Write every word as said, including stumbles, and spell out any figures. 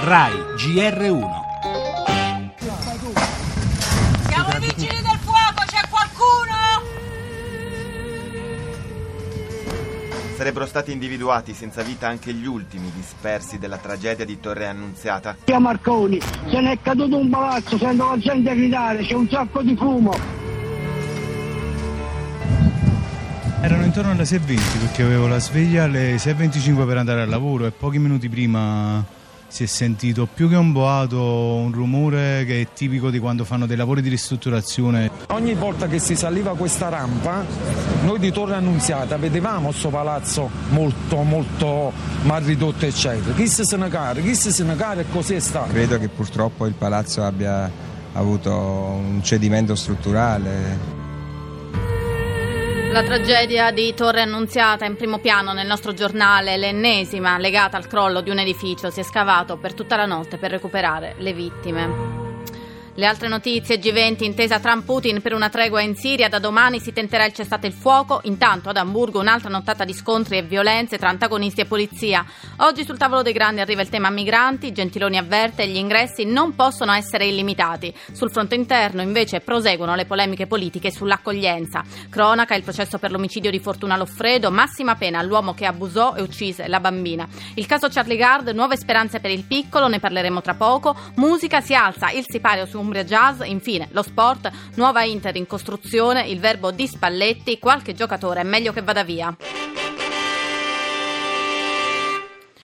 Rai G R uno. Siamo i vigili del fuoco, c'è qualcuno? Sarebbero stati individuati senza vita anche gli ultimi dispersi della tragedia di Torre Annunziata. A Marconi se ne è caduto un palazzo, sento la gente gridare, c'è un sacco di fumo. Erano intorno alle sei e venti perché avevo la sveglia alle sei e venticinque per andare al lavoro e pochi minuti prima si è sentito più che un boato un rumore che è tipico di quando fanno dei lavori di ristrutturazione. Ogni volta che si saliva questa rampa, noi di Torre Annunziata vedevamo questo palazzo molto molto mal ridotto eccetera. Chi se ne cara, chi se ne cara e così è stato. Credo che purtroppo il palazzo abbia avuto un cedimento strutturale. La tragedia di Torre Annunziata in primo piano nel nostro giornale, l'ennesima legata al crollo di un edificio. Si è scavato per tutta la notte per recuperare le vittime. Le altre notizie: G venti, intesa Trump-Putin per una tregua in Siria, da domani si tenterà il cessate il fuoco. Intanto ad Amburgo un'altra nottata di scontri e violenze tra antagonisti e polizia. Oggi sul tavolo dei grandi arriva il tema migranti. Gentiloni avverte: gli ingressi non possono essere illimitati. Sul fronte interno invece proseguono le polemiche politiche sull'accoglienza. Cronaca: il processo per l'omicidio di Fortuna Loffredo, massima pena all'uomo che abusò e uccise la bambina. Il caso Charlie Gard, nuove speranze per il piccolo, ne parleremo tra poco. Musica: si alza il sipario su Umbria Jazz. Infine lo sport, nuova Inter in costruzione, il verbo di Spalletti: qualche giocatore è meglio che vada via.